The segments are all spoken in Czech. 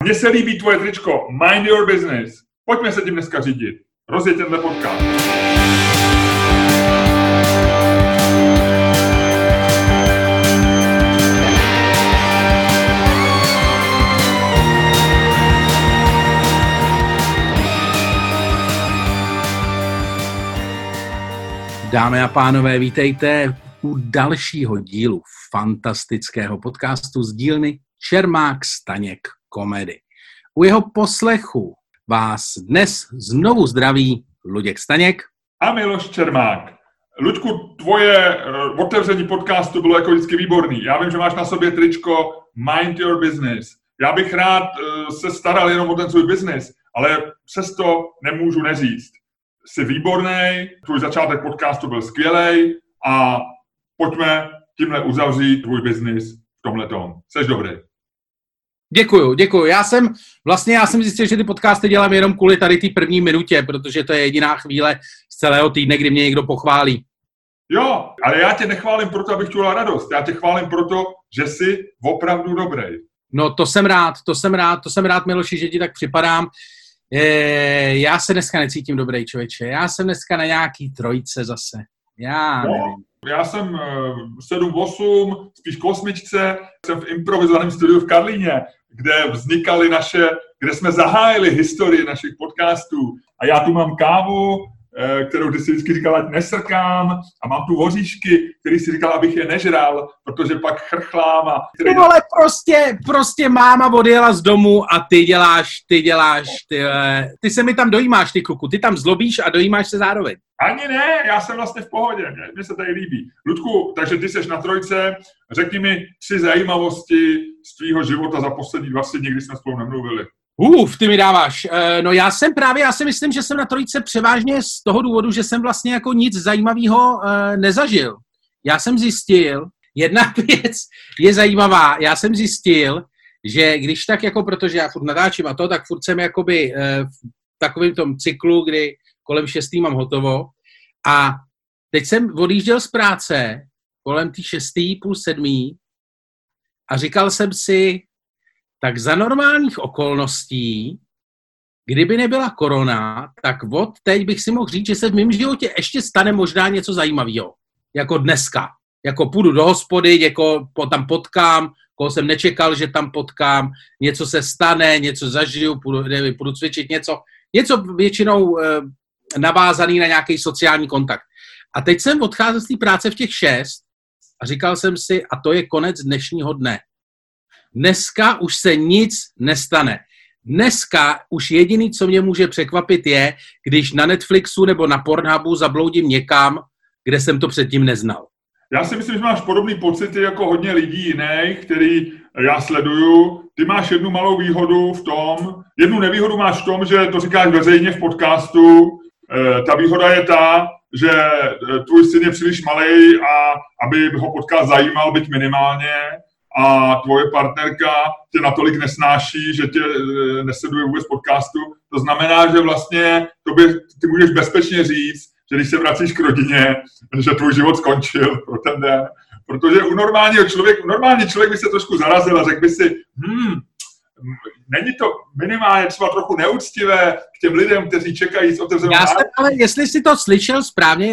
Mně se líbí tvoje tričko Mind Your Business. Pojďme se tím dneska řídit. Rozjeď tenhle podcast. Dámy a pánové, vítejte u dalšího dílu fantastického podcastu z dílny Čermák Staněk Komedy. U jeho poslechu vás dnes znovu zdraví Luděk Staněk a Miloš Čermák. Luďku, tvoje otevření podcastu bylo jako vždycky výborný. Já vím, že máš na sobě tričko Mind Your Business. Já bych rád se staral jenom o ten svůj business, ale přesto nemůžu neříct. Jsi výborný, tvůj začátek podcastu byl skvělej a pojďme tímhle uzavřít tvůj biznis v tomhletom. Jseš dobrý. Děkuju. Já jsem zjistil, že ty podcasty dělám jenom kvůli tady té první minutě, protože to je jediná chvíle z celého týdne, kdy mě někdo pochválí. Jo, ale já tě nechválím proto, abych chtěl radost. Já tě chválím proto, že jsi opravdu dobrý. No to jsem rád, Miloši, že ti tak připadám. Já se dneska necítím dobrý, člověče. Já jsem dneska na nějaký trojce zase. Já nevím. Já jsem 7-8, spíš k 8. Jsem v improvizovaném studiu v Karlíně, kde jsme zahájili historii našich podcastů. A já tu mám kávu, kterou ty si vždycky říkal, ať nesrkám, a mám tu voříšky, který si říkal, abych je nežral, protože pak chrchlám. Ty vole, prostě máma odjela z domu a ty se mi tam dojímáš, ty kluku, ty tam zlobíš a dojímáš se zároveň. Ani ne, já jsem vlastně v pohodě, mně se tady líbí. Ludku, takže ty seš na trojce, řekni mi 3 zajímavosti z tvýho života za poslední 20 dní, kdy jsme spolu nemluvili. Ty mi dáváš. No já si myslím, že jsem na trojce převážně z toho důvodu, že jsem vlastně jako nic zajímavého nezažil. Já jsem zjistil, jedna věc je zajímavá, já jsem zjistil, že když tak jako, protože já furt natáčím a to, tak furt jsem jakoby v takovém tom cyklu, kdy kolem 6. mám hotovo a teď jsem odjížděl z práce kolem té 6. půl 7. a říkal jsem si, tak za normálních okolností, kdyby nebyla korona, tak od teď bych si mohl říct, že se v mém životě ještě stane možná něco zajímavého. Jako dneska. Jako půjdu do hospody, někoho tam potkám, koho jsem nečekal, že tam potkám, něco se stane, něco zažiju, půjdu cvičit, něco většinou navázaný na nějaký sociální kontakt. A teď jsem odcházel z té práce v těch 6 a říkal jsem si, a to je konec dnešního dne. Dneska už se nic nestane. Dneska už jediný, co mě může překvapit, je, když na Netflixu nebo na Pornhubu zabloudím někam, kde jsem to předtím neznal. Já si myslím, že máš podobný pocity jako hodně lidí jiných, který já sleduju. Ty máš jednu malou výhodu v tom, jednu nevýhodu máš v tom, že to říkáš veřejně v podcastu. Ta výhoda je ta, že tvůj syn je příliš malej a aby ho podcast zajímal, byť minimálně, a tvoje partnerka tě natolik nesnáší, že tě nesleduje vůbec podcastu. To znamená, že vlastně ty můžeš bezpečně říct, že když se vracíš k rodině, že tvůj život skončil pro ten den. Protože u normální člověk by se trošku zarazil a řekl by si, není to minimálně třeba trochu neúctivé k těm lidem, kteří čekají s otevřenou náručí. Ale jestli jsi to slyšel správně,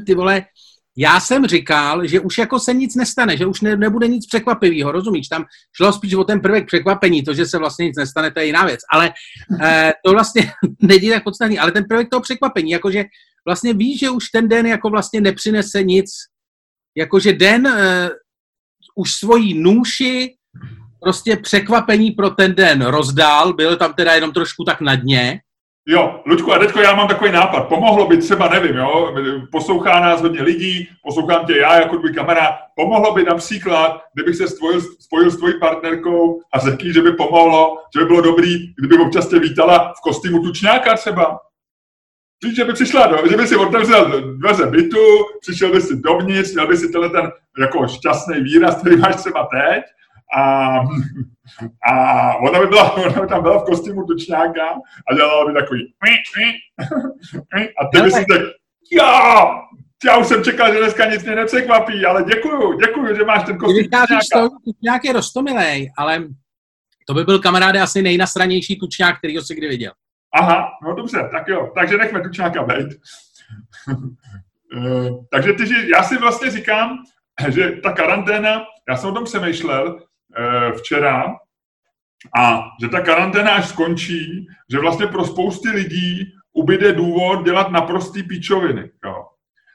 já jsem říkal, že už jako se nic nestane, že už nebude nic překvapivého, rozumíš? Tam šlo spíš o ten prvek překvapení, to, že se vlastně nic nestane, to je jiná věc, ale to vlastně není tak podstatný, ale ten prvek toho překvapení, jakože vlastně víš, že už ten den jako vlastně nepřinese nic, jakože den už svojí nůši prostě překvapení pro ten den rozdál, byl tam teda jenom trošku tak na dně. Jo, Luďku, a teďko já mám takový nápad. Pomohlo by třeba, nevím, jo, poslouchá nás hodně lidí, poslouchám tě já jako tvůj kamarád. Pomohlo by například, kdybych se spojil s tvojí partnerkou a řekl, že by pomohlo, že by bylo dobrý, kdyby občas tě vítala v kostýmu tučňáka třeba. Že by přišla, že by si otevřel dveře bytu, přišel by si dovnitř, měl by si tenhle ten jako šťastný výraz, který máš třeba teď. A ona by tam byla v kostýmu tučňáka a dělala by takový a ty by si řekl, já už jsem čekal, že dneska nic mě nepřekvapí, ale děkuju, že máš ten kostým tučňáka. Tučňák je roztomilej, ale To by byl, kamaráde, asi nejnasranější tučňák, kterýho jsi kdy viděl. Aha, no dobře, tak jo. Takže nechme tučňáka bejt. Takže já si vlastně říkám, že ta karanténa, já jsem o tom přemýšlel včera, a že ta karanténa až skončí, že vlastně pro spousty lidí ubyde důvod dělat naprostý píčoviny, jo.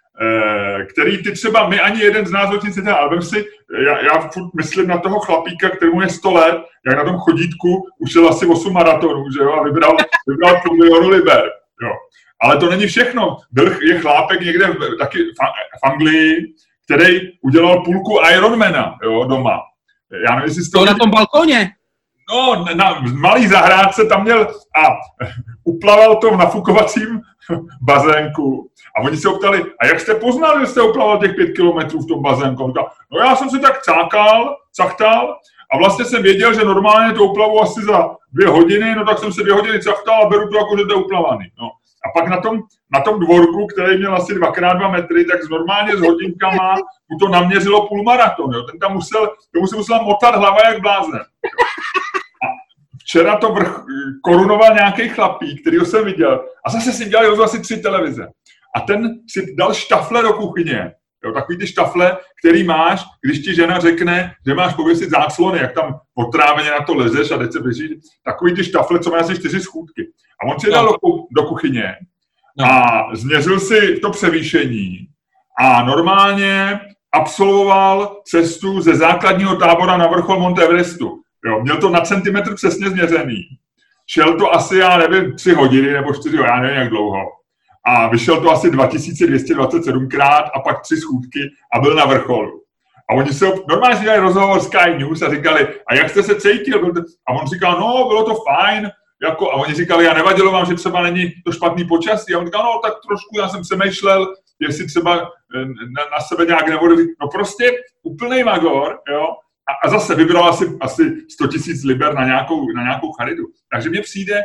Který ty třeba my ani jeden z nás nic nedělá, ale vem si, já furt myslím na toho chlapíka, kterému je 100 let, jak na tom chodítku ušel asi 8 maratonů, že jo, a vybral půl milionu liber, jo. Ale to není všechno. Je chlápek někde taky v Anglii, který udělal půlku Ironmana, jo, doma. Já nevím, jestli to na tom balkóně. No, na malý zahrádce tam měl a uplaval to v nafukovacím bazénku. A oni se ho ptali, a jak jste poznali, že jste uplaval těch 5 kilometrů v tom bazénku? On říkal, no já jsem si tak cachtal a vlastně jsem věděl, že normálně to uplavu asi za 2 hodiny, no tak jsem se 2 hodiny cachtal a beru to jako, že to je uplavaný. No. A pak na tom dvorku, který měl asi 2x2 metry, tak normálně s hodinkama mu to naměřilo půlmaraton. Jo. Ten tomu se musela motat hlava jak blázen. A včera to korunoval nějaký chlapík, kterýho jsem viděl. A zase si dělali asi 3 televize. A ten si dal štafle do kuchyně. Jo, takový ty štafle, který máš, když ti žena řekne, že máš pověsit záclony, jak tam otráveně na to lezeš a teď se běží. Takový ty štafle, co má asi 4 schůdky. A on si dal do kuchyně a změřil si to převýšení a normálně absolvoval cestu ze základního tábora na vrchol Mount Everestu. Jo, měl to na centimetr přesně změřený. Šel to asi, já nevím, 3 hodiny nebo 4, já nevím jak dlouho. A vyšel to asi 2227krát a pak 3 schůdky a byl na vrcholu. A oni se normálně si dělali rozhovor Sky News a říkali, a jak jste se cítil? A on říkal, no, bylo to fajn. Jako, a oni říkali, a nevadilo vám, že třeba není to špatný počasí? A on říkal, no, tak trošku já jsem přemýšlel, jestli třeba na sebe nějak nebudu. No prostě úplnej magor, jo. A zase vybral asi 100 000 liber na nějakou charitu. Takže mně přijde,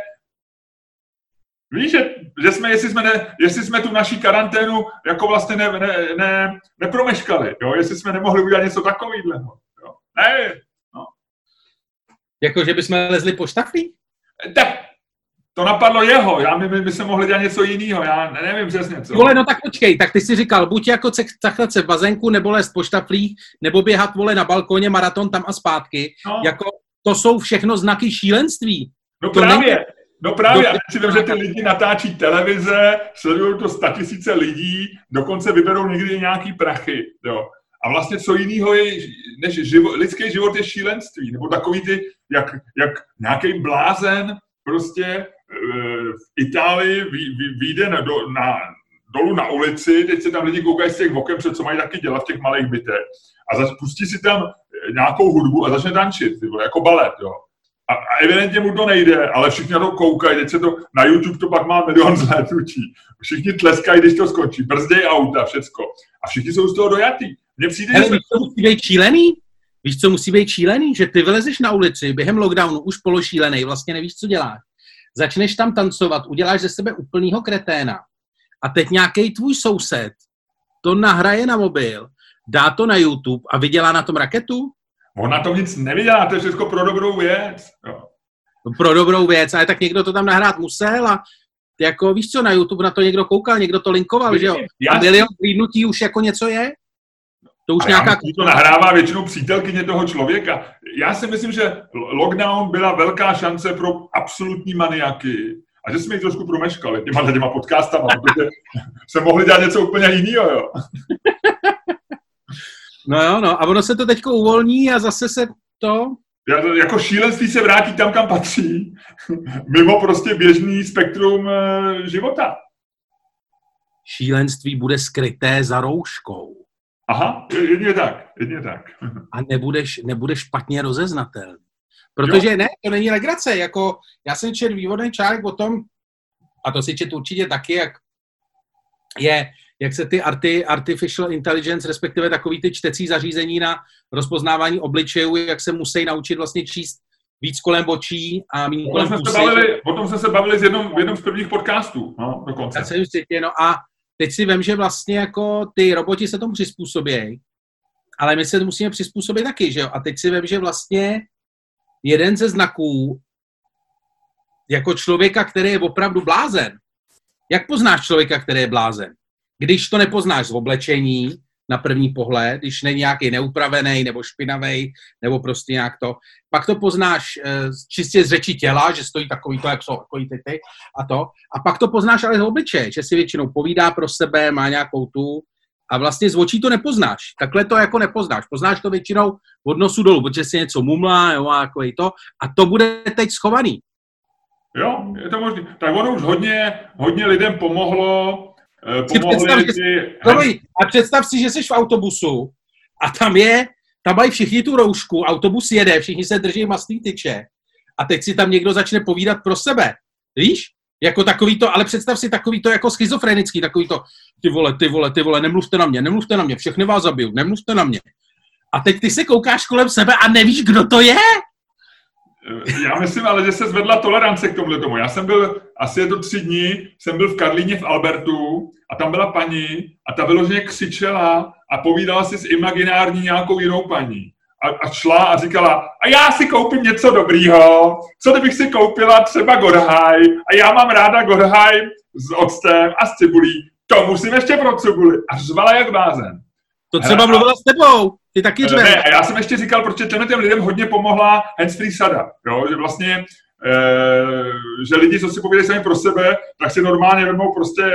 víš, že jsme, jestli jsme tu naší karanténu jako vlastně nepromeškali, jo? Jestli jsme nemohli udělat něco takového. Ne, no. Jako, že bychom lezli po štaflí? Tak, to napadlo jeho, my bychom mohli dělat něco jiného, já nevím přesně co. Vole, no tak počkej, tak ty si říkal, buď jako cachlat se v bazénku, nebo lézt po štaflích, nebo běhat, vole, na balkóně, maraton tam a zpátky, no. Jako, to jsou všechno znaky šílenství. No právě, a si vím, že ty lidi natáčí televize, sledují to 100 000 lidí, dokonce vyberou někdy nějaký prachy, jo. A vlastně co jiného je, než lidský život je šílenství, nebo takový ty, jak nějaký blázen prostě v Itálii vyjde dolů na ulici, teď se tam lidi koukají z těch oken, co mají taky dělat v těch malých bytech, a pustí si tam nějakou hudbu a začne tančit, jako balet, jo. A evidentně mu to nejde, ale všichni na to koukají, teď se to na YouTube to pak má 1 milion zhlédnutí. Všichni tleskají, když to skončí, brzdějí auta, všecko. A všichni jsou z toho dojatý. Mně přijde, víš, co musí být šílený? Víš, co musí být šílený? Že ty vylezeš na ulici během lockdownu, už pološílený, vlastně nevíš, co děláš. Začneš tam tancovat, uděláš ze sebe úplnýho kreténa. A teď nějaký tvůj soused to nahraje na mobil, dá to na YouTube a vydělá na tom raketu? On na tom nic nevydělá, to je všechno pro dobrou věc. Jo. Pro dobrou věc, ale tak někdo to tam nahrát musel a jako víš co, na YouTube na to někdo koukal, někdo to linkoval, že jo? A milion zhlídnutí už jako něco je? To už nějaká... To nahrává většinou přítelkyně toho člověka. Já si myslím, že lockdown byla velká šance pro absolutní maniaky. A že jsme ji trošku promeškali těma podcastama, protože se mohli dělat něco úplně jiného, jo. No jo, no. A ono se to teďko uvolní a zase se to... Jako šílenství se vrátí tam, kam patří. Mimo prostě běžný spektrum života. Šílenství bude skryté za rouškou. Aha, jedině tak. A nebudeš špatně rozeznatelný. Protože jo. Ne, to není legrace. Jako, já jsem četl výborný článek o tom, a to si čet určitě taky, jak se ty artificial intelligence, respektive takový ty čtecí zařízení na rozpoznávání obličejů, jak se musí naučit vlastně číst víc kolem očí a méně kolem pusy. O tom jsme se bavili v jednom z prvních podcastů, no, dokonce. Já jsem cítě, no a teď si vem, že vlastně jako ty roboti se tomu přizpůsobějí, ale my se musíme přizpůsobit taky, že jo? A teď si vem, že vlastně jeden ze znaků jako člověka, který je opravdu blázen. Jak poznáš člověka, který je blázen? Když to nepoznáš z oblečení, na první pohled, když není nějaký neupravený nebo špinavý, nebo prostě nějak to. Pak to poznáš čistě z řeči těla, že stojí takový to, jak jsou takový ty a to. A pak to poznáš ale z obličeje, že si většinou povídá pro sebe, má nějakou tu a vlastně z očí to nepoznáš. Takhle to jako nepoznáš. Poznáš to většinou od nosu dolů, protože si něco mumlá, jo, a takový to. A to bude teď schovaný. Jo, je to možné. Tak ono už hodně lidem pomohlo. A představ si, že jsi v autobusu a tam mají všichni tu roušku, autobus jede, všichni se drží mastný tyče a teď si tam někdo začne povídat pro sebe. Víš? Jako takový to, ale představ si takový to jako schizofrenický, takový to, ty vole, nemluvte na mě, všechny vás zabiju, nemluvte na mě. A teď ty se koukáš kolem sebe a nevíš, kdo to je? Já myslím ale, že se zvedla tolerance k tomu. Já jsem byl, asi je to 3 dny, jsem byl v Karlíně v Albertu a tam byla paní a ta vyloženě křičela a povídala si s imaginární nějakou jinou paní. A šla a říkala, a já si koupím něco dobrýho, co kdybych si koupila třeba Gorhaj a já mám ráda Gorhaj s octem a s cibulí, to musím ještě pro cibuli. A řvala jak blázen. To třeba mluvila s tebou. Ty taky řve. Ne, a já jsem ještě říkal, protože těm lidem hodně pomohla handsfree sada, jo? Že vlastně, že lidi, co si povídají sami pro sebe, tak si normálně vezmou prostě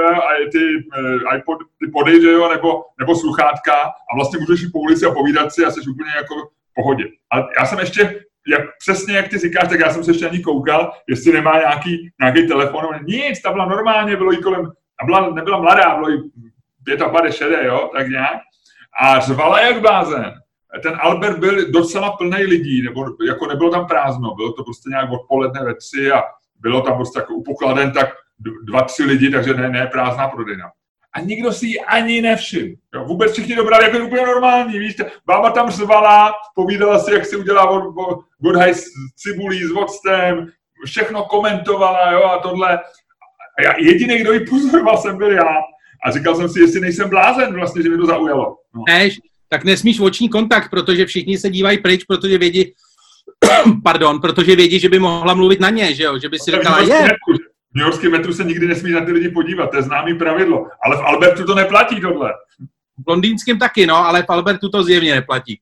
iPod, ty pody, že jo, nebo sluchátka a vlastně můžeš jít po ulici a povídat si a jsi úplně jako v pohodě. A já jsem ještě, přesně jak ty říkáš, tak já jsem se ještě ani koukal, jestli nemá nějaký telefon, nic, ta byla normálně, bylo jí kolem, a nebyla mladá, bylo jí 55, jo, tak nějak. A řvala jak blázen. Ten Albert byl docela plný lidí, nebo jako nebylo tam prázdno, bylo to prostě nějak odpoledne ve 3 a bylo tam prostě jako upokladen tak 2-3 lidi, takže ne prázdná prodejna. A nikdo si ji ani nevšiml. Jo, vůbec všichni dobrali jako úplně normální, víš, bába tam řvala, povídala si, jak si udělá Gorhaj s cibulí, s octem, všechno komentovala, jo, a tohle. A jediný, kdo ji pozoroval, jsem byl já. A říkal jsem si, jestli nejsem blázen, vlastně, že mi to zaujalo. No. Tak nesmíš oční kontakt, protože všichni se dívají pryč, protože vědí, protože vědí, že by mohla mluvit na ně, že jo, že by si říkala, v New Yorkském metru se nikdy nesmí na ty lidi podívat, to je známý pravidlo, ale v Albertu to neplatí tohle. V londýnském taky, no, ale v Albertu to zjevně neplatí.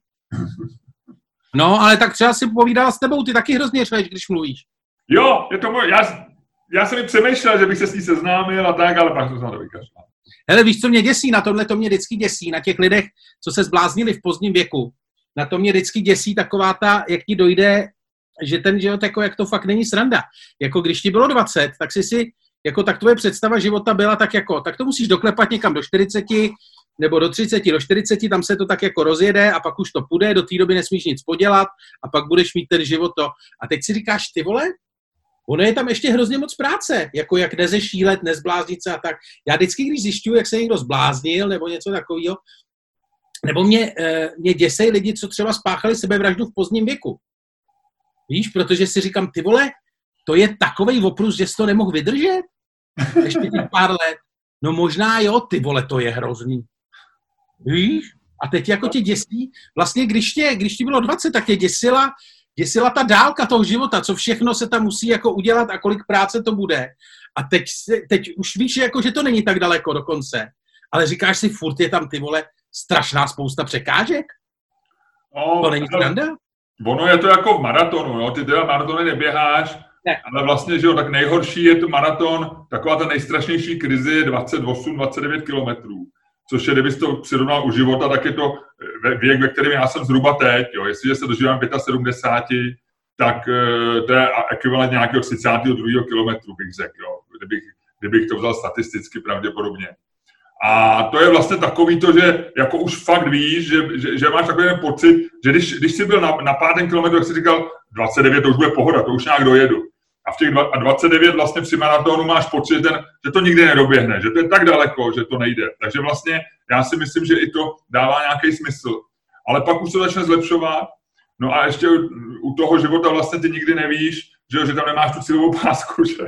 No, ale tak třeba si povídala s tebou, ty taky hrozně řveš, když mluvíš. Jo, je to já jsem mi přemýšlel, že bych se s ní seznámil a tak, ale pak jsem se na to vykašlal. Hele, víš, co mě děsí? Na tohle to mě vždycky děsí, na těch lidech, co se zbláznili v pozdním věku. Na to mě vždycky děsí taková ta, jak ti dojde, že ten život, jako jak to fakt není sranda. Jako když ti bylo 20, tak jako tak tvoje představa života byla tak to musíš doklepat někam do 40, nebo do 30, do 40, tam se to tak jako rozjede a pak už to půjde, do té doby nesmíš nic podělat a pak budeš mít ten život to. A teď si říkáš, ty vole, ono je tam ještě hrozně moc práce, jako jak nezešílet, nezbláznit se a tak. Já vždycky, když zjišťuju, jak se někdo zbláznil nebo něco takového, nebo mě děsej lidi, co třeba spáchali sebevraždu v pozdním věku. Víš, protože si říkám, ty vole, to je takovej oprus, že jsi to nemohl vydržet? Ještě těch pár let. No možná jo, ty vole, to je hrozný. Víš? A teď jako tě děsí, vlastně když ti bylo 20, tak tě děsila ta dálka toho života, co všechno se tam musí jako udělat a kolik práce to bude. A teď už víš, jako, že to není tak daleko dokonce. Ale říkáš si, furt je tam, ty vole, strašná spousta překážek? To není sranda? Ono je to jako v maratonu, jo? Ty teda maratony neběháš, ne. Ale vlastně, že jo, tak nejhorší je to maraton, taková ta nejstrašnější krize je 28-29 kilometrů. Což je, kdybys to přirovnal u života, tak je to věk, ve kterém já jsem zhruba teď. Jo. Jestliže se dožívám 75, tak to je ekvivalent nějakého 32. kilometru, bych řekl, jo. Kdybych to vzal statisticky pravděpodobně. A to je vlastně takový to, že jako už fakt víš, že máš takový ten pocit, že když jsi byl na 5. kilometru, tak jsi říkal 29, to už bude pohoda, to už nějak dojedu. A v těch 29 vlastně při maratonu máš pocit, že to nikdy nedoběhne, že to je tak daleko, že to nejde. Takže vlastně já si myslím, že i to dává nějaký smysl. Ale pak už se začne zlepšovat. No a ještě u toho života vlastně ty nikdy nevíš, že tam nemáš tu cílovou pásku, že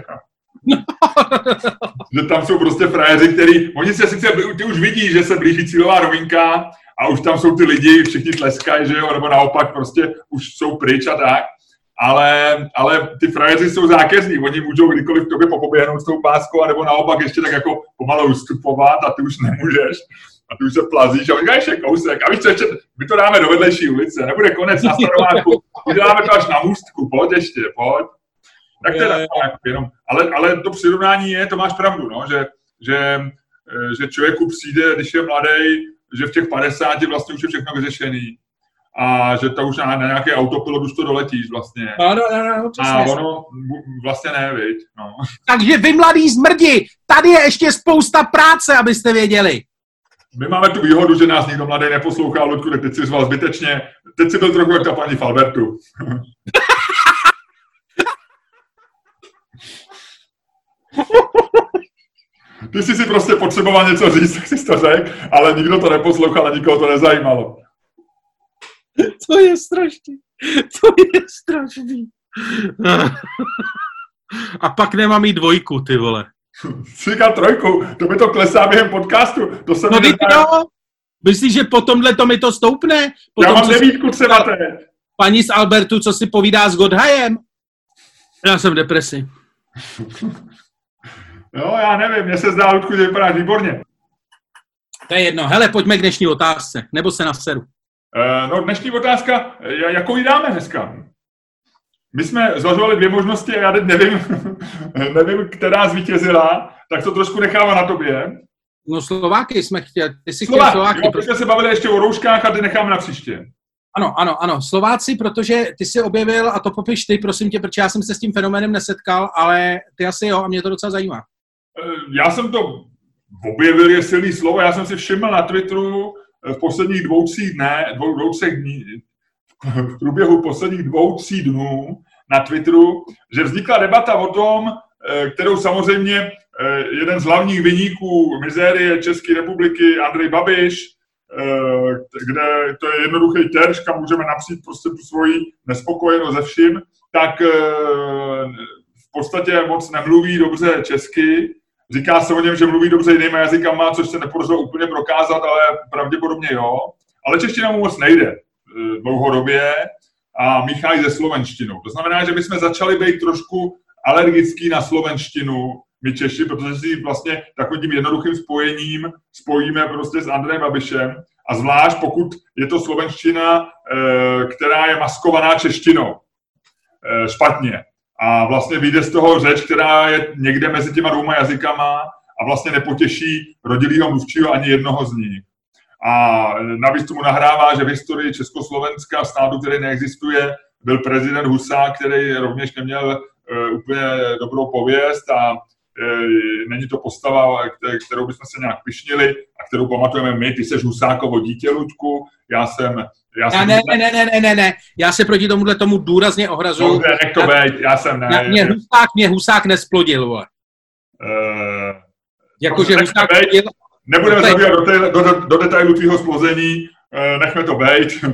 že tam jsou prostě frajeři, který, oni se sice, ty už vidí, že se blíží cílová rovinka a už tam jsou ty lidi, všichni tleskají, že jo, nebo naopak prostě už jsou pryč a tak. ale ty frajeři jsou zákeřní, oni můžou kdykoliv k tobě popoběhnout s tou páskou, anebo naopak ještě tak jako pomalu ustupovat a ty už nemůžeš. A ty už se plazíš a říkáš ještě kousek. A víš co, ještě, my to dáme do vedlejší ulice, nebude konec na Staromáku, my dáme to až na můstku, pojď ještě, pojď. Tak teda, jenom. Ale to přirovnání je, to máš pravdu, no, že člověku přijde, když je mladý, že v těch 50 vlastně už je všechno vyřešený. A že to už na nějaký autopilot už to doletíš vlastně. No, a ono vlastně ne, viď, no. Takže vy mladí zmrdi, tady je ještě spousta práce, abyste věděli. My máme tu výhodu, že nás nikdo mladý neposlouchá, Ludku, tak teď si zval zbytečně. Teď si byl trochu jak ta paní v Albertu. Ty jsi si prostě potřeboval něco říct, tak jsi to řekl, ale nikdo to neposlouchal a nikoho to nezajímalo. To je strašný. A pak nemám mít 2, ty vole. Říkal 3, to mi to klesá během podcastu. To se Myslíš, že po tomhle to mi to stoupne? Já mám 9 třeba teď. Paní z Albertu, co si povídá s Godhajem? Já jsem v depresi. No, já nevím, mně se zdá, Ludku, že vypadáš výborně. To je jedno. Hele, pojďme k dnešní otázce. Nebo se naseru. No, dnešní otázka, jakou ji dáme dneska? My jsme zvažovali 2 možnosti a já teď nevím, která zvítězila, tak to trošku nechává na tobě. No, Slováky jsme chtěli. Ty si chtěl Slováky. Jo, protože se bavili ještě o rouškách a ty necháme na příště. Ano. Slováci, protože ty jsi objevil, a to popiš ty, prosím tě, protože já jsem se s tím fenoménem nesetkal, ale ty asi jo, a mě to docela zajímá. Já jsem to objevil, je silný slovo, já jsem si všiml na Twitteru v posledních 2-3 dní, v průběhu posledních 2-3 dnů na Twitteru, že vznikla debata o tom, kterou samozřejmě jeden z hlavních viníků mizérie České republiky, Andrej Babiš, kde to je jednoduchý terč, kam můžeme napřít prostě tu svoji nespokojenost ze vším, tak v podstatě moc nemluví dobře česky. Říká se o něm, že mluví dobře jinýma jazykama, což se nepodařilo úplně prokázat, ale pravděpodobně jo. Ale čeština mu moc nejde dlouhodobě a míchají se slovenštinou. To znamená, že my jsme začali být trošku alergický na slovenštinu, my Češi, protože si vlastně takovým jednoduchým spojením spojíme prostě s Andrejem Babišem a zvlášť pokud je to slovenština, která je maskovaná češtinou špatně. A vlastně vyjde z toho řeč, která je někde mezi těma 2 jazykama a vlastně nepotěší rodilýho mluvčího ani jednoho z nich. A navíc tomu nahrává, že v historii Československa, státu, který neexistuje, byl prezident Husák, který rovněž neměl úplně dobrou pověst a není to postava, kterou bychom se nějak pyšnili a kterou pamatujeme my. Ty seš Husákovo dítě, Luďku, Ne. Já se proti tomu důrazně ohrazuju. Dobře, nech to bejt, já jsem ne. Mě Husák nesplodil, vole. Jakože Husák splodil. Nebudeme zabývat do detailu tvýho splození, nechme to bejt.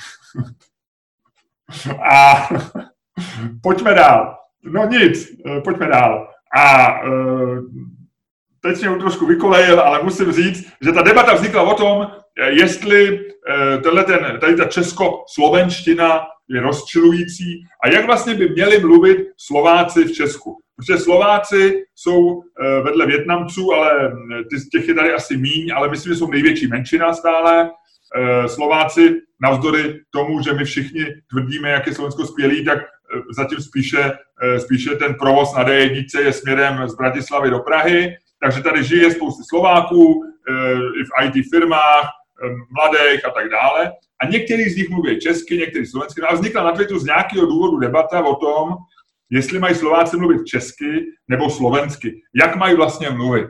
A pojďme dál. No nic, pojďme dál. A teď mě trošku vykolejil, ale musím říct, že ta debata vznikla o tom, jestli tady ta česko-slovenština je rozčilující a jak vlastně by měli mluvit Slováci v Česku. Protože Slováci jsou vedle Vietnamců, ale těch je tady asi míň, ale myslím, že jsou největší menšina stále. Slováci, navzdory tomu, že my všichni tvrdíme, jak je Slovensko skvělý, tak zatím spíše ten provoz na D1 je směrem z Bratislavy do Prahy. Takže tady žije spousty Slováků, i v IT firmách, mladých a tak dále. A některý z nich mluví česky, některý slovensky. A vznikla na Twitteru z nějakého důvodu debata o tom, jestli mají Slováci mluvit česky nebo slovensky. Jak mají vlastně mluvit?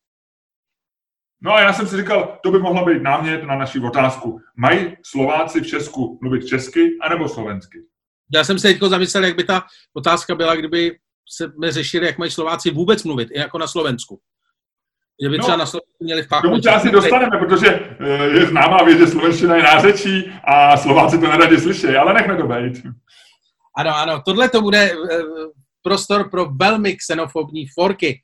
No a já jsem si říkal, to by mohla být námět na naši otázku. Mají Slováci v Česku mluvit česky anebo slovensky? Já jsem se teď zamyslel, jak by ta otázka byla, kdyby jsme řešili, jak mají Slováci vůbec mluvit, i jako na Slovensku. Že by třeba na Slovensku měli fakt... Tomu část si dostaneme, protože je známá věc, že slovenština je nářečí a Slováci to neradi slyší, ale nechme to být. Ano, tohle to bude prostor pro velmi xenofobní forky.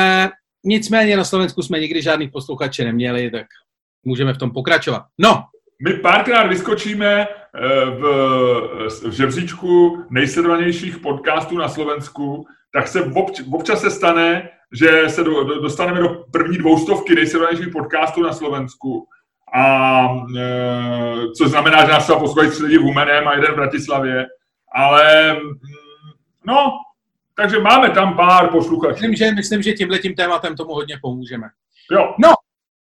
Nicméně na Slovensku jsme nikdy žádných posluchače neměli, tak můžeme v tom pokračovat. No, my párkrát vyskočíme v žebříčku nejsledovanějších podcastů na Slovensku, tak se občas se stane, že se dostaneme do první 200 nejsledovanějších podcastů na Slovensku. A což znamená, že nás třeba poslouchají 3 lidi v Humeném a 1 v Bratislavě. Ale no, takže máme tam pár posluchačů. Myslím, že tímhletím tématem tomu hodně pomůžeme. Jo. No,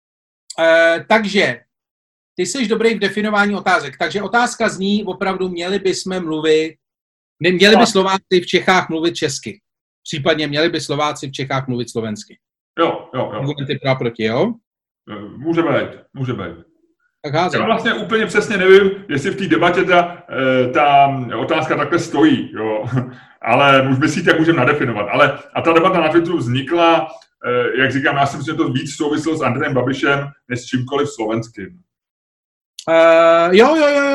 takže ty jsi dobrý v definování otázek. Takže otázka zní, opravdu měli by Slováci v Čechách mluvit česky. Případně měli by Slováci v Čechách mluvit slovensky. Jo. Argumenty pro a proti, jo? Může být. Tak házím. Já vlastně úplně přesně nevím, jestli v té debatě ta otázka takhle stojí, jo. Ale už myslíte, jak můžeme nadefinovat. A ta debata na Twitteru vznikla, jak říkám, já si myslím, že to víc souvislo s Andrejem Babišem, než s čímkoliv slovenským. Jo.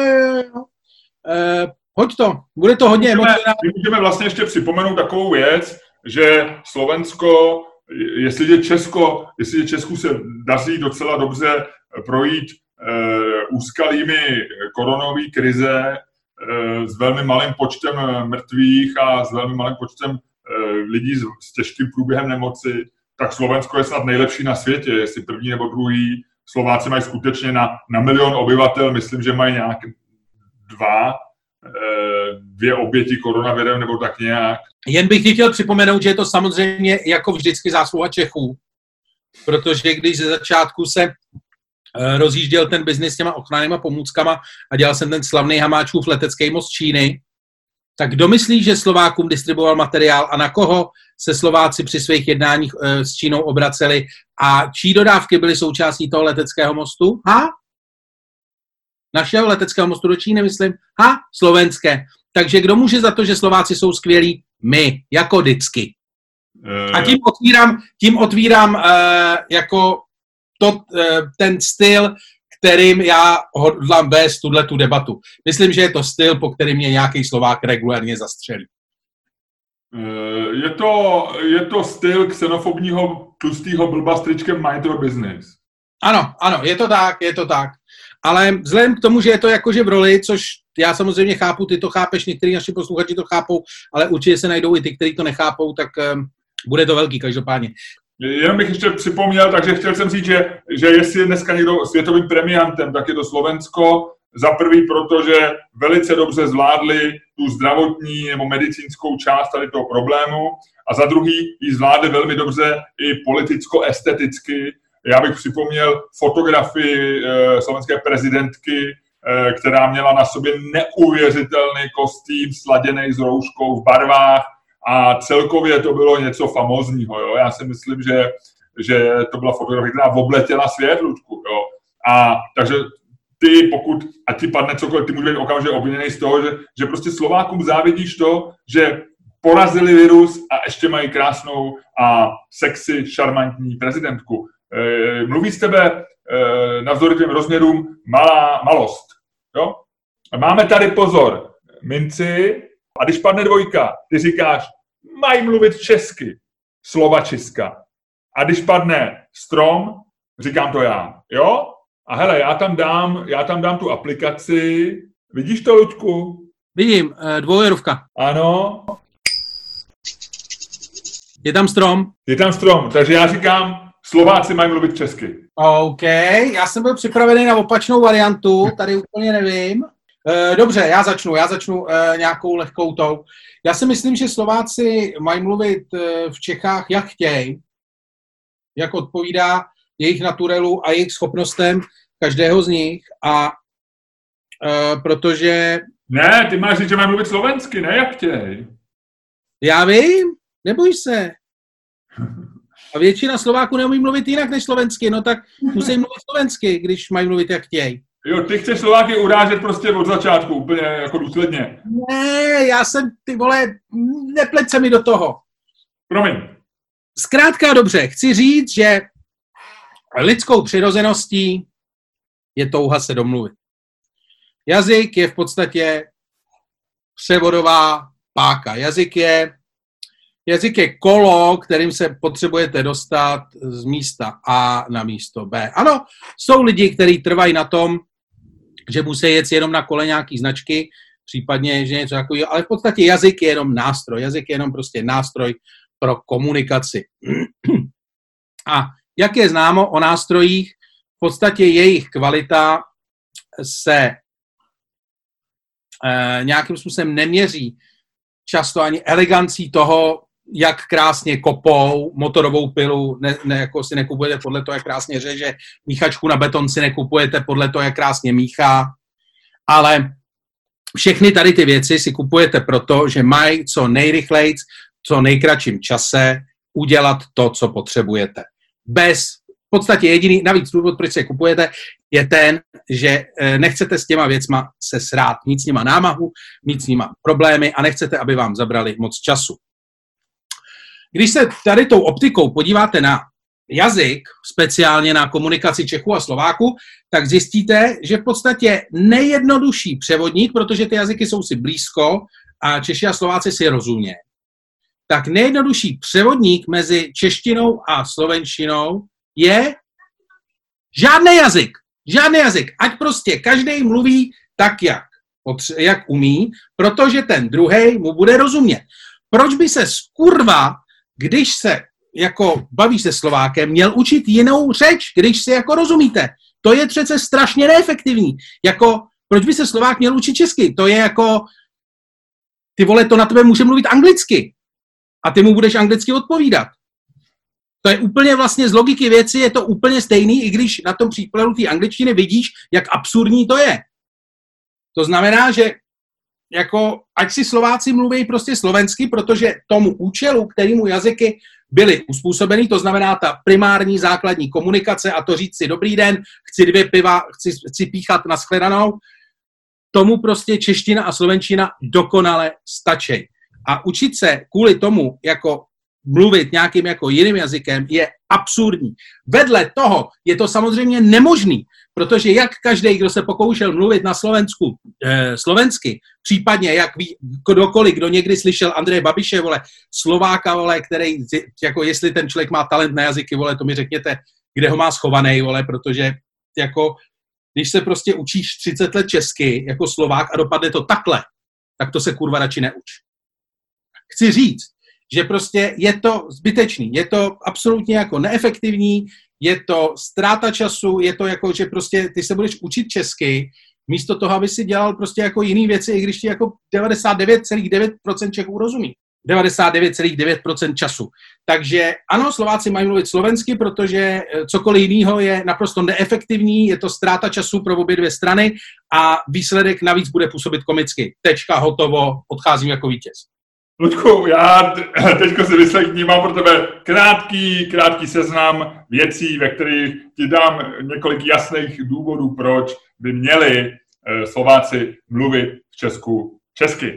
Hoď to, bude to hodně emocionální. Můžeme vlastně ještě připomenout takovou věc, že Slovensko, jestliže Česku se daří docela dobře projít úskalými koronové krize s velmi malým počtem mrtvých a s velmi malým počtem lidí s těžkým průběhem nemoci, tak Slovensko je snad nejlepší na světě, jestli první nebo druhý. Slováci mají skutečně na 1 milion obyvatel, myslím, že mají nějak 2 oběti koronavirem nebo tak nějak. Jen bych ti chtěl připomenout, že je to samozřejmě jako vždycky zásluha Čechů, protože když ze začátku se rozjížděl ten biznis s těma ochrannýma pomůckama a dělal jsem ten slavný Hamáčkův letecký most Číny, tak kdo myslí, že Slovákům distribuoval materiál a na koho se Slováci při svých jednáních s Čínou obraceli a čí dodávky byly součástí toho leteckého mostu? Našeho leteckého mostu do Číny, myslím. Slovenské. Takže kdo může za to, že Slováci jsou skvělí? My, jako vždycky. A tím otvírám jako ten styl, kterým já hodlám vést tu debatu. Myslím, že je to styl, po kterým mě nějaký Slovák regulérně zastřelí. Je to styl xenofobního tlustýho blba s tričkem Mind Your Business. Ano, je to tak. Ale vzhledem k tomu, že je to jakože v roli, což já samozřejmě chápu, ty to chápeš, některý naši posluchači to chápou, ale určitě se najdou i ty, kteří to nechápou, tak bude to velký každopádně. Jenom bych ještě připomněl, takže chtěl jsem říct, že jestli je dneska někdo světovým premiantem, tak je to Slovensko. Za prvý, protože velice dobře zvládli tu zdravotní nebo medicínskou část tady toho problému a za druhý ji zvládli velmi dobře i politicko-esteticky. Já bych připomněl fotografii slovenské prezidentky, která měla na sobě neuvěřitelný kostým sladěný s rouškou v barvách a celkově to bylo něco famózního. Jo? Já si myslím, že to byla fotografie, která obletěla svět, Luďku. Jo? A takže ty, pokud a ti padne cokoliv, ty můžeš být okamžitě obviněný z toho, že prostě Slovákům závidíš to, že porazili virus a ještě mají krásnou a sexy, šarmantní prezidentku. Mluví z tebe navzdory těm rozměrům malost. Jo? A máme tady pozor, minci, a když padne 2, ty říkáš, mají mluvit česky, slovačiska. A když padne strom, říkám to já. Jo? A hele, já tam dám tu aplikaci. Vidíš to, Luďku? Vidím, 2 eurovka. Ano. Je tam strom? Je tam strom, takže já říkám, Slováci mají mluvit česky. OK, já jsem byl připravený na opačnou variantu, tady úplně nevím. Dobře, já začnu nějakou lehkou tou. Já si myslím, že Slováci mají mluvit v Čechách jak chtějí, jak odpovídá jejich naturelu a jejich schopnostem každého z nich a protože... Ne, ty máš říct, že mají mluvit slovensky, ne jak chtějí. Já vím, neboj se. A většina Slováků neumí mluvit jinak než slovensky, no tak musí mluvit slovensky, když mají mluvit jak chtějí. Jo, ty chceš Slováky urážet prostě od začátku, úplně jako důsledně. Ne, já jsem, ty vole, nepleť se mi do toho. Promiň. Zkrátka dobře, chci říct, že lidskou přirozeností je touha se domluvit. Jazyk je v podstatě převodová páka. Jazyk je kolo, kterým se potřebujete dostat z místa A na místo B. Ano, jsou lidi, kteří trvají na tom, že musí jet jenom na kole nějaký značky, případně, že něco takového, ale v podstatě jazyk je jenom nástroj. Jazyk je jenom prostě nástroj pro komunikaci. A jak je známo o nástrojích, v podstatě jejich kvalita se nějakým způsobem neměří často ani elegancí toho, jak krásně kopou motorovou pilu, jako si nekupujete podle toho, jak krásně řeže, míchačku na beton si nekupujete podle toho, jak krásně míchá, ale všechny tady ty věci si kupujete proto, že mají co nejrychleji, co nejkratším čase udělat to, co potřebujete. V podstatě jediný, navíc důvod, proč se kupujete, je ten, že nechcete s těma věcma se srát, mít s nima námahu, mít s nima problémy a nechcete, aby vám zabrali moc času. Když se tady tou optikou podíváte na jazyk, speciálně na komunikaci Čechů a Slováků, tak zjistíte, že v podstatě nejjednodušší převodník, protože ty jazyky jsou si blízko a Češi a Slováci si rozumějí, tak nejjednodušší převodník mezi češtinou a slovenštinou je žádný jazyk. Žádný jazyk. Ať prostě každý mluví tak, jak umí, protože ten druhej mu bude rozumět. Proč by se skurva, když se jako bavíš se Slovákem, měl učit jinou řeč, když si jako rozumíte? To je přece strašně neefektivní. Jako, proč by se Slovák měl učit česky? To je jako, ty vole, to na tebe může mluvit anglicky. A ty mu budeš anglicky odpovídat. To je úplně vlastně z logiky věci, je to úplně stejný, i když na tom příkladu té angličtiny vidíš, jak absurdní to je. To znamená, že jako, ať si Slováci mluví prostě slovensky, protože tomu účelu, kterému jazyky byly uspůsobeny, to znamená ta primární základní komunikace a to říct si dobrý den, chci 2 piva, chci píchat na shledanou, tomu prostě čeština a slovenština dokonale stačí. A učit se kvůli tomu jako mluvit nějakým jako jiným jazykem je absurdní. Vedle toho je to samozřejmě nemožný, protože jak každý, kdo se pokoušel mluvit na Slovensku slovensky, případně jak ví kdokoliv, kdo někdy slyšel Andreje Babiše, vole, Slováka, vole, který, jako jestli ten člověk má talent na jazyky, vole, to mi řekněte, kde ho má schovaný, vole, protože jako když se prostě učíš 30 let česky jako Slovák a dopadne to takhle, tak to se kurva radši neuč. Chci říct, že prostě je to zbytečný, je to absolutně jako neefektivní, je to ztráta času, je to jako, že prostě ty se budeš učit česky, místo toho, aby si dělal prostě jako jiný věci, i když ti jako 99,9% Čechů rozumí. 99,9% času. Takže ano, Slováci mají mluvit slovensky, protože cokoliv jiného je naprosto neefektivní, je to ztráta času pro obě dvě strany a výsledek navíc bude působit komicky. Tečka, hotovo, odcházím jako vítěz. Luďku, já teďko si vyslechním, mám pro tebe krátký seznam věcí, ve kterých ti dám několik jasných důvodů, proč by měli Slováci mluvit v Česku česky.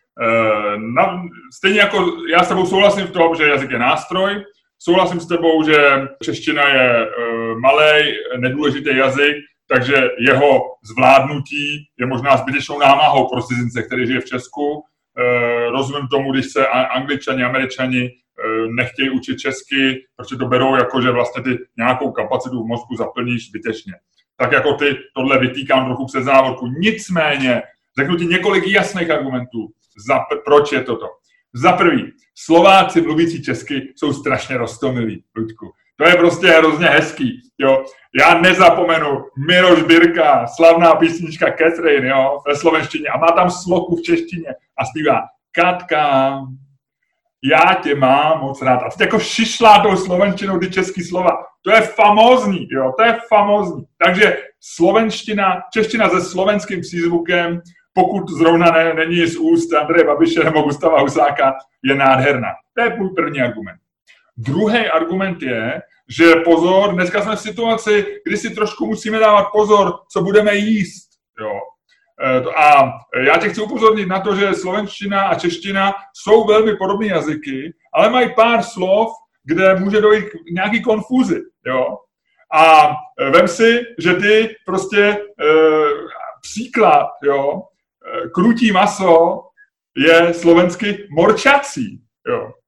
Stejně jako já s tebou souhlasím v tom, že jazyk je nástroj, souhlasím s tebou, že čeština je malej, nedůležitý jazyk, takže jeho zvládnutí je možná zbytečnou námahou pro cizince, který žije v Česku. Rozumím tomu, když se Angličani, Američani nechtějí učit česky, protože to berou jako, že vlastně ty nějakou kapacitu v mozku zaplníš zbytečně. Tak jako ty tohle vytýkám trochu přes závorku. Nicméně řeknu ti několik jasných argumentů, proč je toto. Za prvý, Slováci mluvící česky jsou strašně roztomilí, Luďku. To je prostě hrozně hezký, jo. Já nezapomenu Miroš Birka, slavná písnička Catherine, jo, ve slovenštině a má tam sloku v češtině a zpívá Katka, já tě mám moc rád. A teď jako šišlá tou slovenštinou ty český slova. To je famózní, jo, to je famózní. Takže čeština se slovenským přízvukem, pokud zrovna není z úst Andreje Babiše nebo Gustava Husáka, je nádherná. To je můj první argument. Druhý argument je, že pozor, dneska jsme v situaci, kdy si trošku musíme dávat pozor, co budeme jíst. Jo. A já tě chci upozornit na to, že slovenština a čeština jsou velmi podobné jazyky, ale mají pár slov, kde může dojít k nějaký konfuzi. Jo. A vem si, že ty prostě příklad, jo, krutí maso je slovensky morčací. Jo.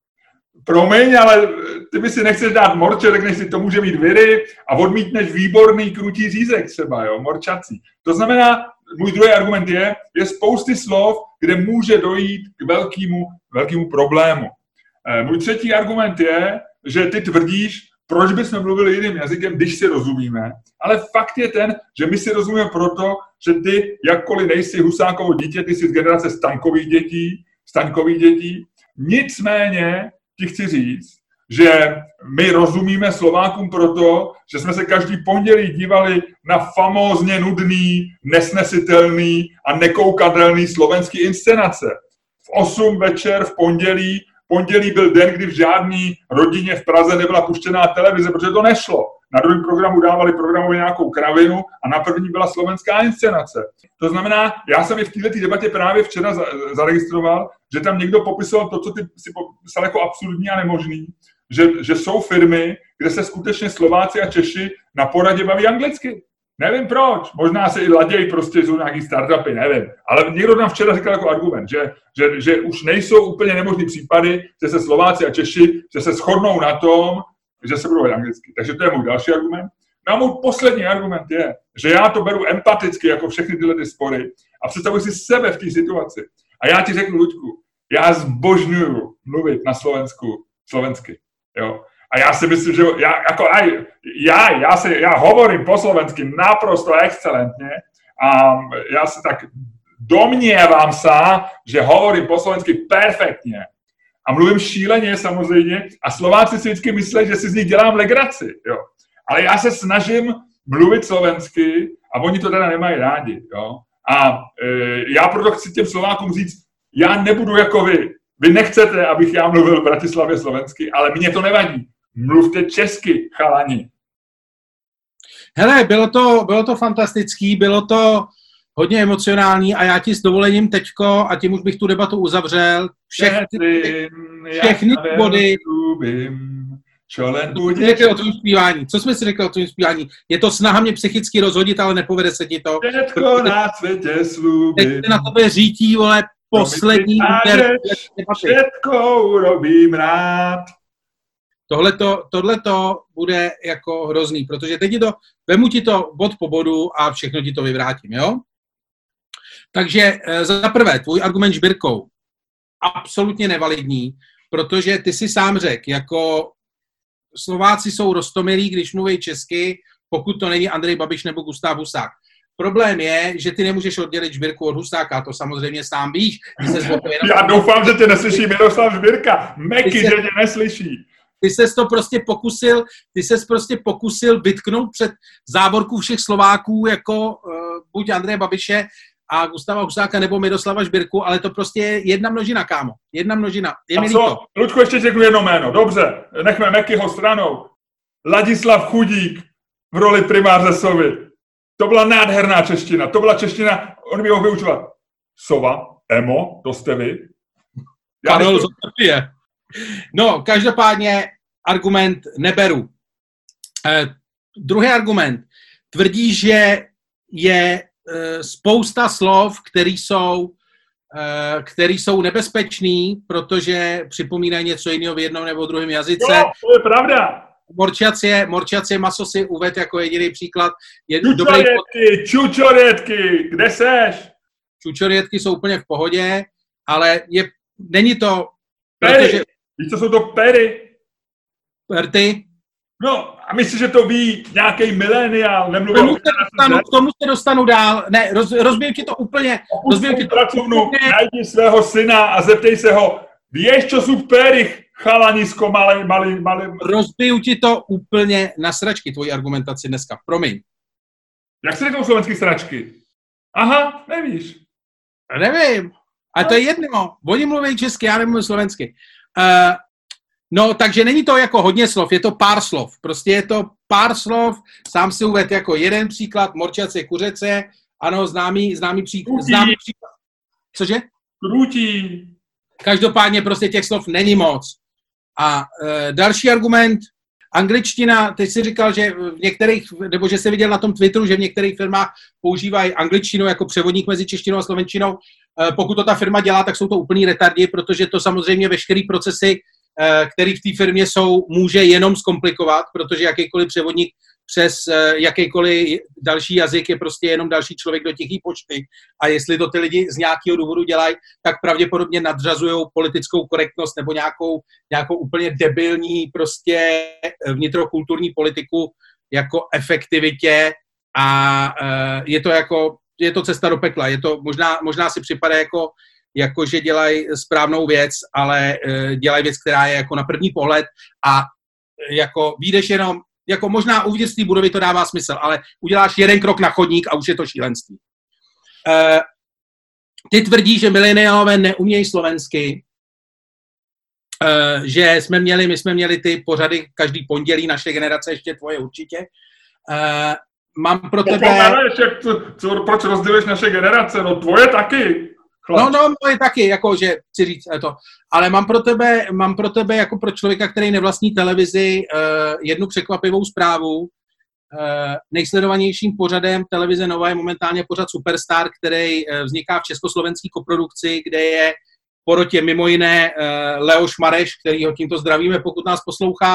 promiň, ale ty by si nechceš dát morče, řekneš si, to může mít viry a odmítneš výborný krutý řízek třeba, jo, morčací. To znamená, můj druhý argument je spousty slov, kde může dojít k velkému problému. Můj třetí argument je, že ty tvrdíš, proč bychom mluvili jiným jazykem, když si rozumíme. Ale fakt je ten, že my si rozumíme proto, že ty, jakkoliv nejsi Husákovo dítě, ty jsi z generace Staňkových dětí. Nicméně ti chci říct, že my rozumíme Slovákům proto, že jsme se každý pondělí dívali na famózně nudný, nesnesitelný a nekoukatelný slovenský inscenace. V 8 večer v pondělí byl den, kdy v žádný rodině v Praze nebyla puštěná televize, protože to nešlo. Na druhém programu dávali programově nějakou kravinu a na první byla slovenská inscenace. To znamená, já jsem i v této debatě právě včera zaregistroval, že tam někdo popisoval to, co ty si popisal jako absurdní a nemožný, že jsou firmy, kde se skutečně Slováci a Češi na poradě baví anglicky. Nevím proč, možná se i ladějí, prostě jsou nějaký startupy, nevím. Ale někdo tam včera říkal jako argument, že už nejsou úplně nemožný případy, že se Slováci a Češi, že se shodnou na tom, že se budou anglicky. Takže to je můj další argument. No a můj poslední argument je, že já to beru empaticky, jako všechny tyhle ty spory, a představuji si sebe v té situaci. A já ti řeknu, Luďku, já zbožňuju mluvit na slovensky. Jo. A já si myslím, že já hovorím po slovensky naprosto excelentně a já si tak domnievám sa, že hovorím po slovensky perfektně. A mluvím šíleně samozřejmě a Slováci si vždycky myslí, že si z nich dělám legraci. Jo. Ale já se snažím mluvit slovensky a oni to teda nemají rádi. Jo. A já proto chci těm Slovákům říct, já nebudu jako vy. Vy nechcete, abych já mluvil v Bratislavě slovensky, ale mně to nevadí. Mluvte česky, chalani. Hele, bylo to fantastický, bylo to hodně emocionální a já ti s dovolením teďko, a tím už bych tu debatu uzavřel, všechny body. Co jsme si řekli o tvým zpívání? Je to snaha mě psychicky rozhodit, ale nepovede se ti to. Všetko na světě slúbim. Teď na tebe řítí, vole, poslední všetko urobím rád. Tohleto bude jako hrozný, protože teď vemu ti to bod po bodu a všechno ti to vyvrátím, jo? Takže za prvé, tvůj argument Žbírkou absolutně nevalidní, protože ty si sám řekl, jako Slováci jsou roztomilí, když mluví česky, pokud to není Andrej Babiš nebo Gustáv Husák. Problém je, že ty nemůžeš oddělit Žbírku od Husáka, to samozřejmě sám víš. Já doufám, že tě neslyší Miroslav Žbírka. Meky, že tě neslyší. Ty ses prostě pokusil vytknout před závorku všech Slováků jako buď Andreje Babiše a Gustáva Husáka nebo Miroslava Žbírku, ale to prostě je jedna množina, kámo. Jedna množina. Je mi líto. Luďku, ještě řeknu jedno jméno. Dobře, nechme Mekyho stranou. Ladislav Chudík v roli primáře Sovy. To byla nádherná čeština. To byla čeština, on by mohl vyučovat. Sova, Emo, to jste vy. Karel Zotopie. No, každopádně argument neberu. Druhý argument. Tvrdí, že je spousta slov, které jsou nebezpečný, protože připomínají něco jiného v jednom nebo druhém jazyce. Jo, to je pravda. Morčacie maso si uved jako jediný příklad. Čučorětky, kde seš? Čučorětky jsou úplně v pohodě, ale není to... Pery, protože... víš, co jsou to pery? Perty? No, a myslíš, že to ví nějaký mileniál, k tomu se dostanu dál. Ne, rozbiju ti to úplně. Najdi svého syna a zeptej se ho, vieš, čo sú pery, chalanisko malý. Rozbiju ti to úplně na sračky, tvoji argumentaci dneska. Promiň. Jak se řeknou slovenský sračky? Aha, nevíš. Nevím. Ale to je jedno. Oni mluví česky, já nemluvím slovensky. No, takže není to jako hodně slov, je to pár slov. Prostě je to pár slov, sám si uved jako jeden příklad, morčace, kuřece, ano, známý příklad. Cože? Krutí. Každopádně prostě těch slov není moc. A další argument, angličtina, teď si říkal, že v některých, nebo že se viděl na tom Twitteru, že v některých firmách používají angličtinu jako převodník mezi češtinou a slovenčinou. Pokud to ta firma dělá, tak jsou to úplný retardi, protože to samozřejmě veškerý procesy který v té firmě jsou, může jenom zkomplikovat, protože jakýkoliv převodník přes jakýkoliv další jazyk je prostě jenom další člověk do tichý pošty. A jestli to ty lidi z nějakého důvodu dělají, tak pravděpodobně nadřazují politickou korektnost nebo nějakou úplně debilní prostě vnitrokulturní politiku jako efektivitě a je to cesta do pekla. Je to možná si připadá jako že dělají správnou věc, ale dělají věc, která je jako na první pohled a jako vyjdeš jenom, jako možná uvnitř té budovy to dává smysl, ale uděláš jeden krok na chodník a už je to šílenství. Ty tvrdí, že mileniálové neumějí slovensky, že my jsme měli ty pořady každý pondělí, naše generace, ještě tvoje určitě. Mám pro tebe... Proč rozděluješ naše generace? No tvoje taky. No, moje taky, jakože chci říct to. Ale mám pro tebe jako pro člověka, který nevlastní televizi, jednu překvapivou zprávu. Nejsledovanějším pořadem televize Nova je momentálně pořad Superstar, který vzniká v československé koprodukci, kde je v porotě mimo jiné Leoš Mareš, který ho tímto zdravíme, pokud nás poslouchá.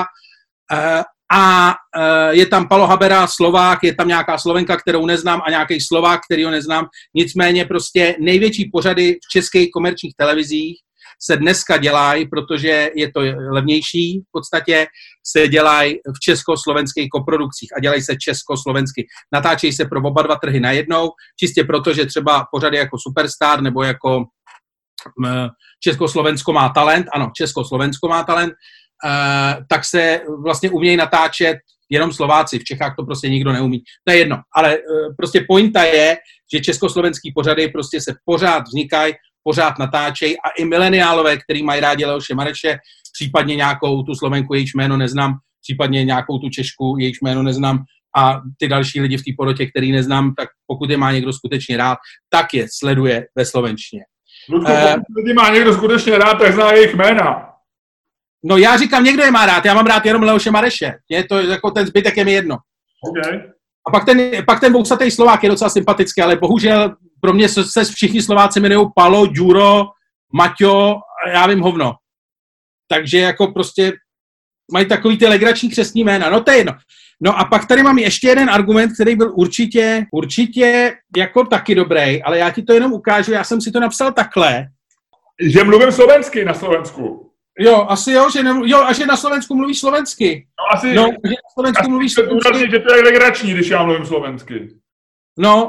A je tam Palo Habera, Slovák, je tam nějaká Slovenka, kterou neznám a nějaký Slovák, kterýho neznám. Nicméně prostě největší pořady v českých komerčních televizích se dneska dělají, protože je to levnější, v podstatě se dělají v československých koprodukcích a dělají se československy. Natáčejí se pro oba dva trhy najednou, čistě proto, že třeba pořady jako Superstar nebo jako Československo má talent, ano, Československo má talent, tak se vlastně umějí natáčet jenom Slováci. V Čechách to prostě nikdo neumí. To je jedno. Ale prostě pointa je, že československý pořady prostě se pořád vznikají, pořád natáčejí a i mileniálové, který mají rádi Leoše Mareše, případně nějakou tu Slovenku, jejíž jméno neznám, případně nějakou tu Češku, jejíž jméno neznám a ty další lidi v té porotě, který neznám, tak pokud je má někdo skutečně rád, tak je sleduje ve slovenštině. Ludku, pokud lidi má někdo skutečně rád, tak zná jejich jména. No já říkám, někdo je má rád, já mám rád jenom Leoše Mareše. Je to jako ten zbytek je mi jedno. Okay. A pak ten vousatý Slovák je docela sympatický, ale bohužel pro mě se všichni Slováci jmenují Palo, Ďuro, Maťo, já vím hovno. Takže jako prostě mají takový ty legrační křestní jména. No to je jedno. No a pak tady mám ještě jeden argument, který byl určitě jako taky dobrý, ale já ti to jenom ukážu, já jsem si to napsal takhle. Že mluvím slovensky na Slovensku. Jo, asi jo, a že na Slovensku mluvíš slovensky. No asi, že na Slovensku mluvíš slovensky. Že to je legrační, když já mluvím slovensky. No,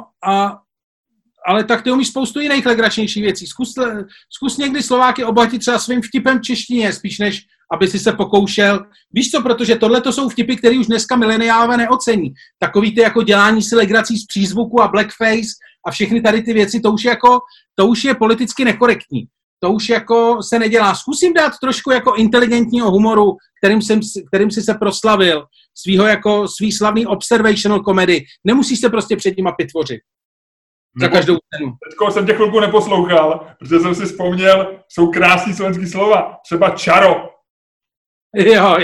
ale tak ty umíš spoustu jiných legračnějších věcí. Zkus někdy Slováky obohatit třeba svým vtipem v češtině, spíš než aby si se pokoušel. Víš co, protože tohle to jsou vtipy, které už dneska mileniálové neocení. Takový ty jako dělání si legrací z přízvuku a blackface a všechny tady ty věci, to už je politicky nekorektní. To už jako se nedělá. Zkusím dát trošku jako inteligentního humoru, kterým si se proslavil, svý slavný observational comedy. Nemusíš se prostě před nima pitvořit. Za každou cenu. Teďko jsem tě chvilku neposlouchal, protože jsem si vzpomněl, jsou krásný slovenský slova. Třeba čaro. Jo.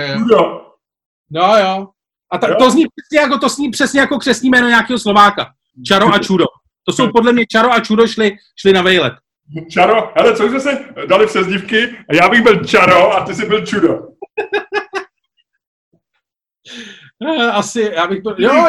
No jo. A to zní přesně jako křestní jméno nějakého Slováka. Čaro a čudo. To jsou podle mě Čaro a čudo šli na vejlet. Čaro, hele, co jsme se dali přezdívky a já bych byl Čaro a ty jsi byl čudo. Asi, já bych byl... Jo.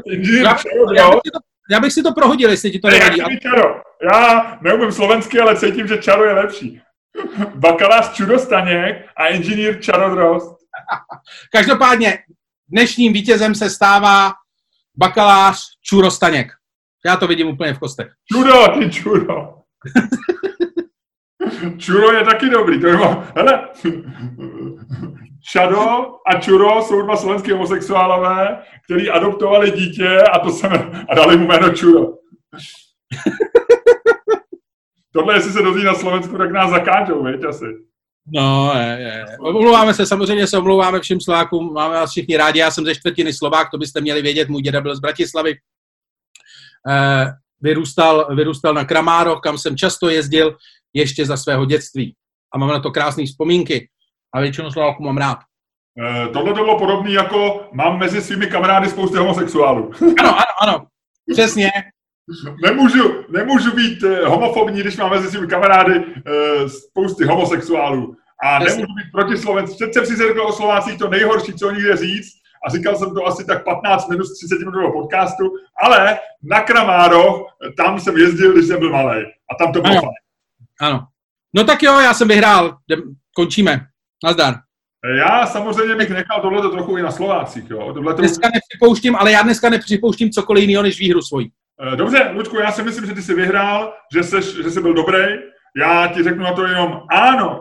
Já bych si to prohodil, jestli ti to nevadí. Já neumím slovensky, ale cítím, že Čaro je lepší. Bakalář Čudo Staněk a inženýr Čaro Drost. Každopádně dnešním vítězem se stává bakalář Čuro Staněk. Já to vidím úplně v kostech. Ty čuro. Čuro je taky dobrý. To je hele. Šado a Čuro jsou dva slovenský homosexuálové, kteří adoptovali dítě a dali mu jméno Čuro. Tohle, jestli se dozví na Slovensku, tak nás zakážou, veď asi. No, omlouváme se, samozřejmě se omlouváme všem Slovákům, máme vás všichni rádi, já jsem ze čtvrtiny Slovák, to byste měli vědět, můj děda byl z Bratislavy. Vyrůstal na Kramároch, kam jsem často jezdil ještě za svého dětství. A mám na to krásné vzpomínky. A většinu Slováků mám rád. Tohle to bylo podobné, jako mám mezi svými kamarády spousty homosexuálů. Ano. Přesně. Nemůžu být homofobní, když mám mezi svými kamarády spousty homosexuálů. a nemůžu být proti Slovenci. Přece si řekl o Slovácích to nejhorší, co někde říct a říkal jsem to asi tak 15 minut z 30 minutového podcastu, ale na Kramároch, tam jsem jezdil, když jsem byl malej a tam to bylo fajn. Ano. No tak jo, já jsem vyhrál. Končíme. Nazdar. Já samozřejmě bych nechal tohleto trochu i na Slovácích. Jo. Dneska nepřipouštím, ale já dneska nepřipouštím cokoliv jiného než výhru svoji. Dobře, Luďku, já si myslím, že ty jsi vyhrál, že jsi byl dobrý. Já ti řeknu na to jenom áno,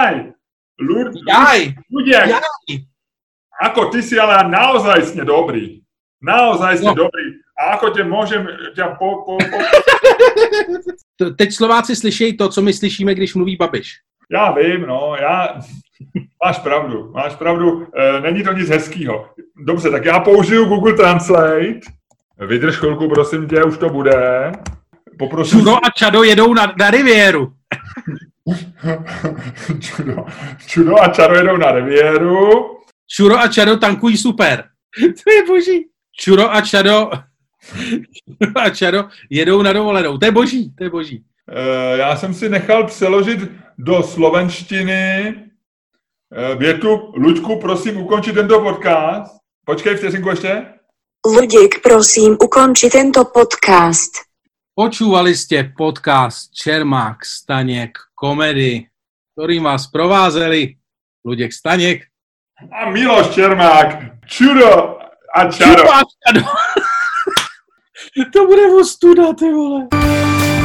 Luděk, ako ty si ale naozaj dobrý. Naozaj dobrý. A ako tě můžem Teď Slováci slyšejí to, co my slyšíme, když mluví Babiš. Já vím, no, máš pravdu, není to nic hezkýho. Dobře, tak já použiju Google Translate. Vydrž chvilku, prosím tě, už to bude. Poprosím... Čudo a Čado jedou na riviéru. Čudo a Čado jedou na riviéru. Čuro a Čado tankují super. To je boží. Čuro a Čado jedou na dovolenou. To je boží. Já jsem si nechal přeložit do slovenštiny větu. Luďku, prosím, ukonči tento podcast. Počkej vteřinku ještě. Luděk, prosím, ukonči tento podcast. Počúvali ste podcast Čermák, Staněk, komedy, ktorým vás provázeli Luděk Staněk a Miloš Čermák. Čudo a Čado. To bude ostuda, ty vole.